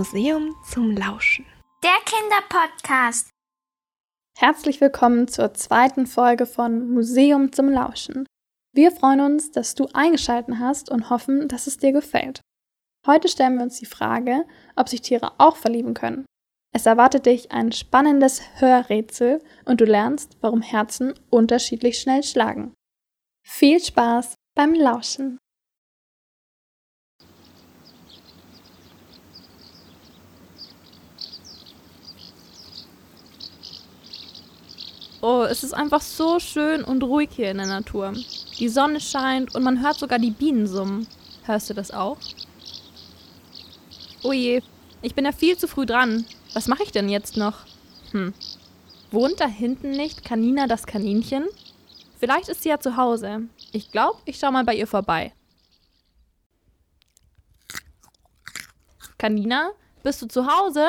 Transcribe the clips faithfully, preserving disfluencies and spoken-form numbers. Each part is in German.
Museum zum Lauschen. Der Kinderpodcast. Herzlich willkommen zur zweiten Folge von Museum zum Lauschen. Wir freuen uns, dass du eingeschaltet hast und hoffen, dass es dir gefällt. Heute stellen wir uns die Frage, ob sich Tiere auch verlieben können. Es erwartet dich ein spannendes Hörrätsel und du lernst, warum Herzen unterschiedlich schnell schlagen. Viel Spaß beim Lauschen! Oh, es ist einfach so schön und ruhig hier in der Natur. Die Sonne scheint und man hört sogar die Bienen summen. Hörst du das auch? Oh je, ich bin ja viel zu früh dran. Was mache ich denn jetzt noch? Hm. Wohnt da hinten nicht Kanina das Kaninchen? Vielleicht ist sie ja zu Hause. Ich glaube, ich schaue mal bei ihr vorbei. Kanina, bist du zu Hause?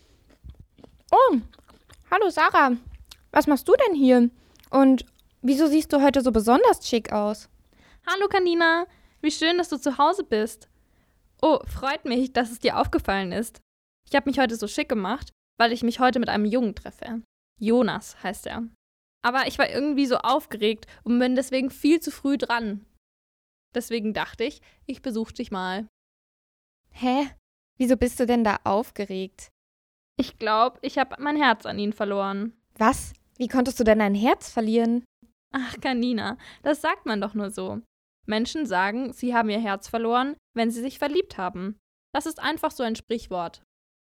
Oh, hallo Sarah. Was machst du denn hier? Und wieso siehst du heute so besonders schick aus? Hallo Kanina, wie schön, dass du zu Hause bist. Oh, freut mich, dass es dir aufgefallen ist. Ich habe mich heute so schick gemacht, weil ich mich heute mit einem Jungen treffe. Jonas heißt er. Aber ich war irgendwie so aufgeregt und bin deswegen viel zu früh dran. Deswegen dachte ich, ich besuche dich mal. Hä? Wieso bist du denn da aufgeregt? Ich glaube, ich habe mein Herz an ihn verloren. Was? Wie konntest du denn dein Herz verlieren? Ach, Kanina, das sagt man doch nur so. Menschen sagen, sie haben ihr Herz verloren, wenn sie sich verliebt haben. Das ist einfach so ein Sprichwort.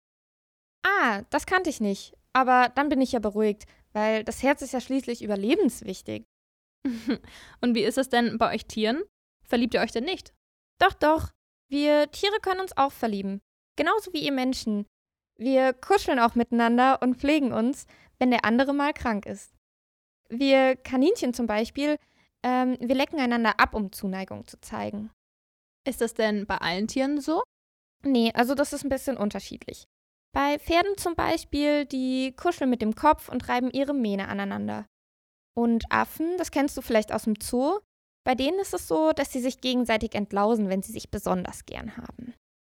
Ah, das kannte ich nicht. Aber dann bin ich ja beruhigt, weil das Herz ist ja schließlich überlebenswichtig. Und wie ist es denn bei euch Tieren? Verliebt ihr euch denn nicht? Doch, doch. Wir Tiere können uns auch verlieben. Genauso wie ihr Menschen. Wir kuscheln auch miteinander und pflegen uns, wenn der andere mal krank ist. Wir Kaninchen zum Beispiel, ähm, wir lecken einander ab, um Zuneigung zu zeigen. Ist das denn bei allen Tieren so? Nee, also das ist ein bisschen unterschiedlich. Bei Pferden zum Beispiel, die kuscheln mit dem Kopf und reiben ihre Mähne aneinander. Und Affen, das kennst du vielleicht aus dem Zoo, bei denen ist es so, dass sie sich gegenseitig entlausen, wenn sie sich besonders gern haben.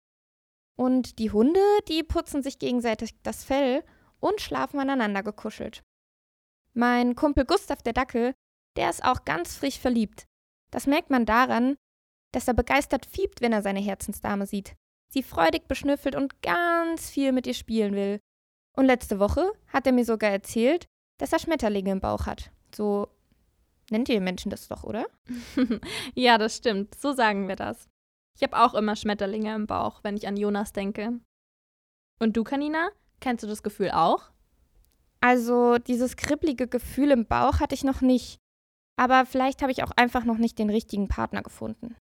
Und die Hunde, die putzen sich gegenseitig das Fell und schlafen aneinander gekuschelt. Mein Kumpel Gustav, der Dackel, der ist auch ganz frisch verliebt. Das merkt man daran, dass er begeistert fiebt, wenn er seine Herzensdame sieht, sie freudig beschnüffelt und ganz viel mit ihr spielen will. Und letzte Woche hat er mir sogar erzählt, dass er Schmetterlinge im Bauch hat. So nennt ihr Menschen das doch, oder? Ja, das stimmt. So sagen wir das. Ich habe auch immer Schmetterlinge im Bauch, wenn ich an Jonas denke. Und du, Kanina? Kennst du das Gefühl auch? Also dieses kribbelige Gefühl im Bauch hatte ich noch nicht. Aber vielleicht habe ich auch einfach noch nicht den richtigen Partner gefunden.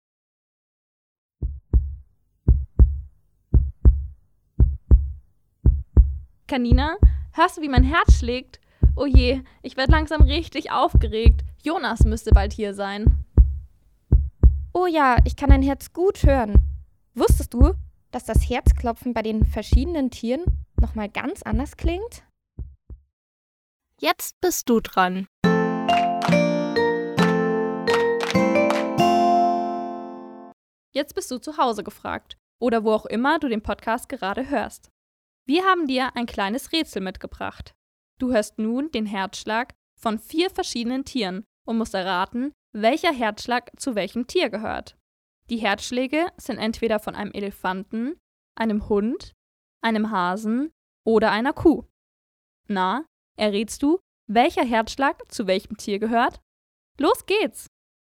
Kanina, hörst du, wie mein Herz schlägt? Oh je, ich werde langsam richtig aufgeregt. Jonas müsste bald hier sein. Oh ja, ich kann dein Herz gut hören. Wusstest du, dass das Herzklopfen bei den verschiedenen Tieren nochmal ganz anders klingt? Jetzt bist du dran. Jetzt bist du zu Hause gefragt oder wo auch immer du den Podcast gerade hörst. Wir haben dir ein kleines Rätsel mitgebracht. Du hörst nun den Herzschlag von vier verschiedenen Tieren und musst erraten, welcher Herzschlag zu welchem Tier gehört. Die Herzschläge sind entweder von einem Elefanten, einem Hund, einem Hasen oder einer Kuh. Na, errätst du, welcher Herzschlag zu welchem Tier gehört? Los geht's!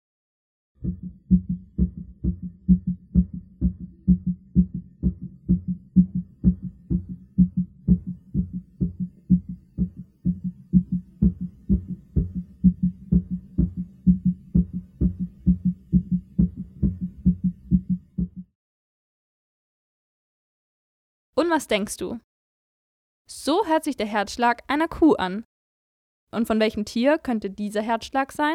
Und was denkst du? So hört sich der Herzschlag einer Kuh an. Und von welchem Tier könnte dieser Herzschlag sein?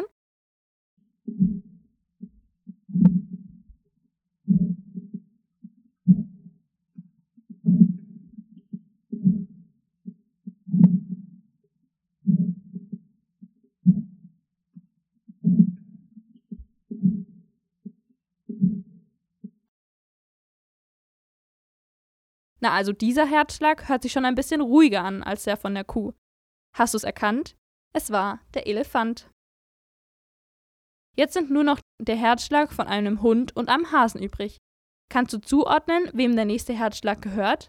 Na, also dieser Herzschlag hört sich schon ein bisschen ruhiger an als der von der Kuh. Hast du es erkannt? Es war der Elefant. Jetzt sind nur noch der Herzschlag von einem Hund und einem Hasen übrig. Kannst du zuordnen, wem der nächste Herzschlag gehört?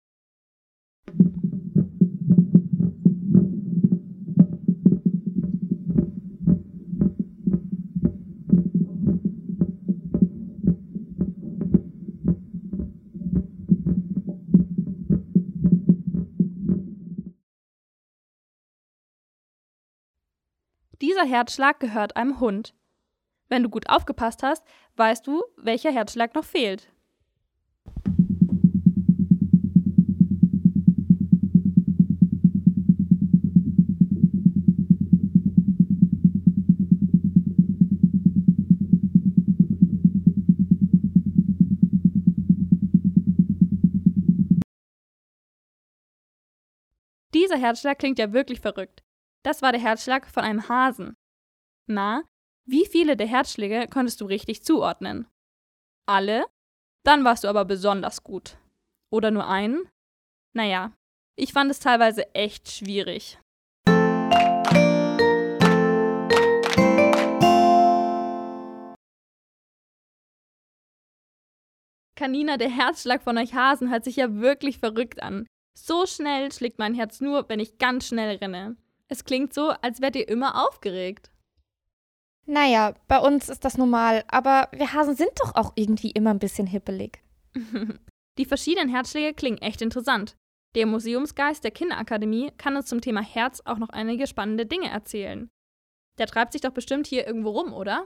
Dieser Herzschlag gehört einem Hund. Wenn du gut aufgepasst hast, weißt du, welcher Herzschlag noch fehlt. Dieser Herzschlag klingt ja wirklich verrückt. Das war der Herzschlag von einem Hasen. Na, wie viele der Herzschläge konntest du richtig zuordnen? Alle? Dann warst du aber besonders gut. Oder nur einen? Naja, ich fand es teilweise echt schwierig. Kanina, der Herzschlag von euch Hasen hört sich ja wirklich verrückt an. So schnell schlägt mein Herz nur, wenn ich ganz schnell renne. Es klingt so, als wärt ihr immer aufgeregt. Naja, bei uns ist das normal, aber wir Hasen sind doch auch irgendwie immer ein bisschen hippelig. Die verschiedenen Herzschläge klingen echt interessant. Der Museumsgeist der Kinderakademie kann uns zum Thema Herz auch noch einige spannende Dinge erzählen. Der treibt sich doch bestimmt hier irgendwo rum, oder?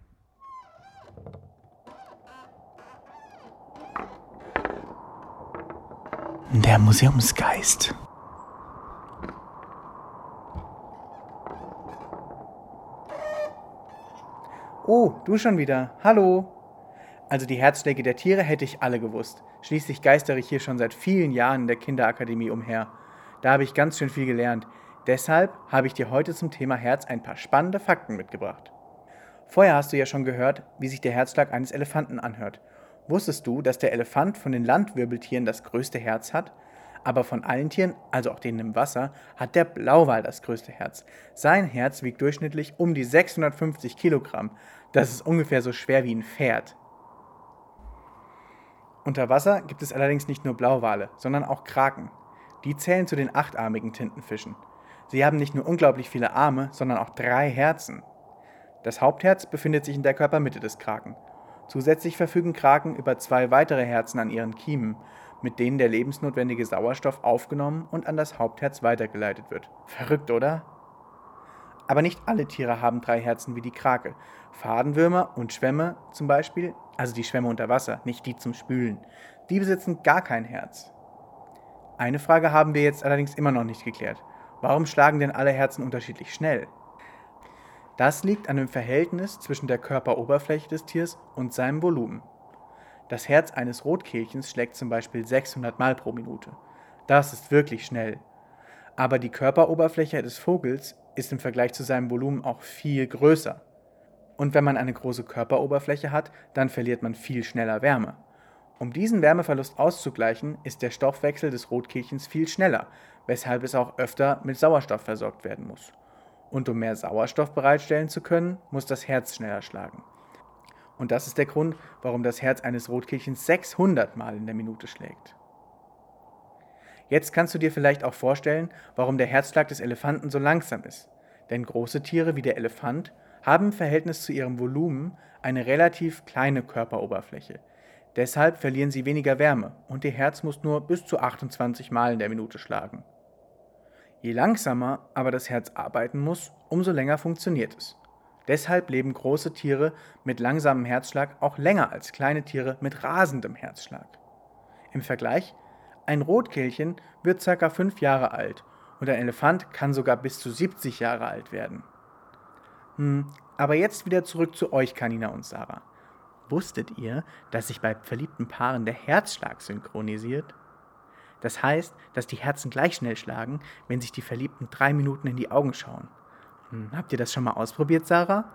Der Museumsgeist. Oh, du schon wieder. Hallo. Also die Herzschläge der Tiere hätte ich alle gewusst. Schließlich geistere ich hier schon seit vielen Jahren in der Kinderakademie umher. Da habe ich ganz schön viel gelernt. Deshalb habe ich dir heute zum Thema Herz ein paar spannende Fakten mitgebracht. Vorher hast du ja schon gehört, wie sich der Herzschlag eines Elefanten anhört. Wusstest du, dass der Elefant von den Landwirbeltieren das größte Herz hat? Aber von allen Tieren, also auch denen im Wasser, hat der Blauwal das größte Herz. Sein Herz wiegt durchschnittlich um die sechshundertfünfzig Kilogramm. Das ist ungefähr so schwer wie ein Pferd. Unter Wasser gibt es allerdings nicht nur Blauwale, sondern auch Kraken. Die zählen zu den achtarmigen Tintenfischen. Sie haben nicht nur unglaublich viele Arme, sondern auch drei Herzen. Das Hauptherz befindet sich in der Körpermitte des Kraken. Zusätzlich verfügen Kraken über zwei weitere Herzen an ihren Kiemen, mit denen der lebensnotwendige Sauerstoff aufgenommen und an das Hauptherz weitergeleitet wird. Verrückt, oder? Aber nicht alle Tiere haben drei Herzen wie die Krake. Fadenwürmer und Schwämme zum Beispiel, also die Schwämme unter Wasser, nicht die zum Spülen, die besitzen gar kein Herz. Eine Frage haben wir jetzt allerdings immer noch nicht geklärt. Warum schlagen denn alle Herzen unterschiedlich schnell? Das liegt an dem Verhältnis zwischen der Körperoberfläche des Tiers und seinem Volumen. Das Herz eines Rotkehlchens schlägt zum Beispiel sechshundert Mal pro Minute. Das ist wirklich schnell. Aber die Körperoberfläche des Vogels ist im Vergleich zu seinem Volumen auch viel größer. Und wenn man eine große Körperoberfläche hat, dann verliert man viel schneller Wärme. Um diesen Wärmeverlust auszugleichen, ist der Stoffwechsel des Rotkehlchens viel schneller, weshalb es auch öfter mit Sauerstoff versorgt werden muss. Und um mehr Sauerstoff bereitstellen zu können, muss das Herz schneller schlagen. Und das ist der Grund, warum das Herz eines Rotkehlchens sechshundert Mal in der Minute schlägt. Jetzt kannst du dir vielleicht auch vorstellen, warum der Herzschlag des Elefanten so langsam ist. Denn große Tiere wie der Elefant haben im Verhältnis zu ihrem Volumen eine relativ kleine Körperoberfläche. Deshalb verlieren sie weniger Wärme und ihr Herz muss nur bis zu achtundzwanzig Mal in der Minute schlagen. Je langsamer aber das Herz arbeiten muss, umso länger funktioniert es. Deshalb leben große Tiere mit langsamem Herzschlag auch länger als kleine Tiere mit rasendem Herzschlag. Im Vergleich, ein Rotkehlchen wird ca. fünf Jahre alt und ein Elefant kann sogar bis zu siebzig Jahre alt werden. Hm, aber jetzt wieder zurück zu euch, Kanina und Sarah. Wusstet ihr, dass sich bei verliebten Paaren der Herzschlag synchronisiert? Das heißt, dass die Herzen gleich schnell schlagen, wenn sich die Verliebten drei Minuten in die Augen schauen. Hm, habt ihr das schon mal ausprobiert, Sarah?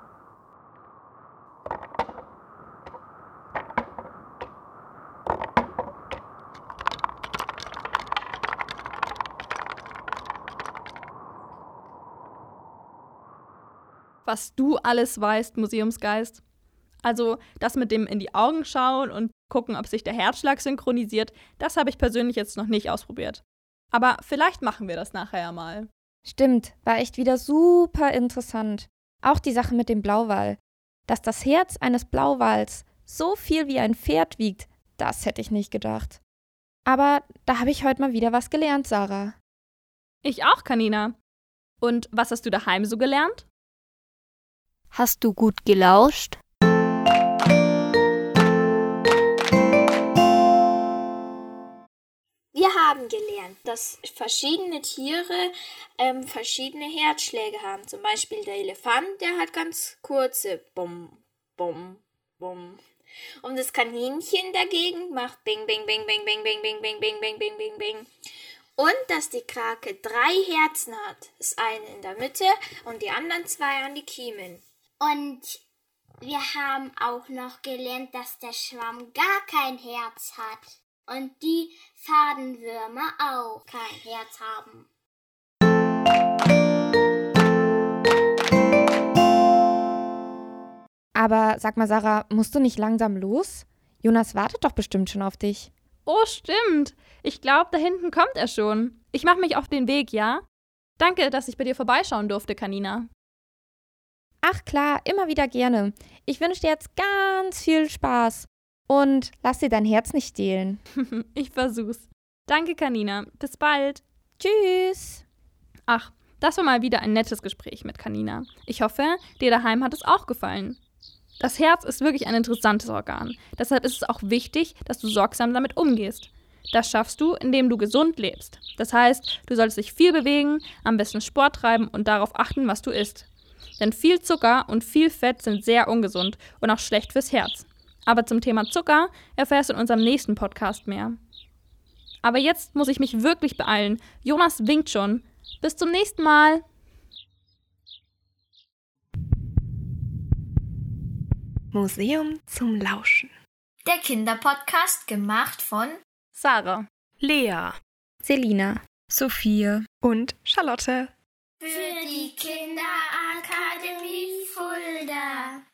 was du alles weißt, Museumsgeist. Also das mit dem in die Augen schauen und gucken, ob sich der Herzschlag synchronisiert, das habe ich persönlich jetzt noch nicht ausprobiert. Aber vielleicht machen wir das nachher ja mal. Stimmt, war echt wieder super interessant. Auch die Sache mit dem Blauwal. Dass das Herz eines Blauwals so viel wie ein Pferd wiegt, das hätte ich nicht gedacht. Aber da habe ich heute mal wieder was gelernt, Sarah. Ich auch, Kanina. Und was hast du daheim so gelernt? Hast du gut gelauscht? Wir haben gelernt, dass verschiedene Tiere ähm, verschiedene Herzschläge haben. Zum Beispiel der Elefant, der hat ganz kurze Bum, Bum, Bum. Und das Kaninchen dagegen macht Bing, Bing, Bing, Bing, Bing, Bing, Bing, Bing, Bing, Bing, Bing, Bing, Bing. Und dass die Krake drei Herzen hat. Das eine in der Mitte und die anderen zwei an die Kiemen. Und wir haben auch noch gelernt, dass der Schwamm gar kein Herz hat. Und die Fadenwürmer auch kein Herz haben. Aber sag mal, Sarah, musst du nicht langsam los? Jonas wartet doch bestimmt schon auf dich. Oh, stimmt. Ich glaube, da hinten kommt er schon. Ich mache mich auf den Weg, ja? Danke, dass ich bei dir vorbeischauen durfte, Kanina. Ach klar, immer wieder gerne. Ich wünsche dir jetzt ganz viel Spaß. Und lass dir dein Herz nicht stehlen. Ich versuch's. Danke, Kanina. Bis bald. Tschüss. Ach, das war mal wieder ein nettes Gespräch mit Kanina. Ich hoffe, dir daheim hat es auch gefallen. Das Herz ist wirklich ein interessantes Organ. Deshalb ist es auch wichtig, dass du sorgsam damit umgehst. Das schaffst du, indem du gesund lebst. Das heißt, du solltest dich viel bewegen, am besten Sport treiben und darauf achten, was du isst. Denn viel Zucker und viel Fett sind sehr ungesund und auch schlecht fürs Herz. Aber zum Thema Zucker erfährst du in unserem nächsten Podcast mehr. Aber jetzt muss ich mich wirklich beeilen. Jonas winkt schon. Bis zum nächsten Mal. Museum zum Lauschen. Der Kinderpodcast gemacht von Sarah, Lea, Selina, Sophia und Charlotte. Für die Kinderakademie Fulda.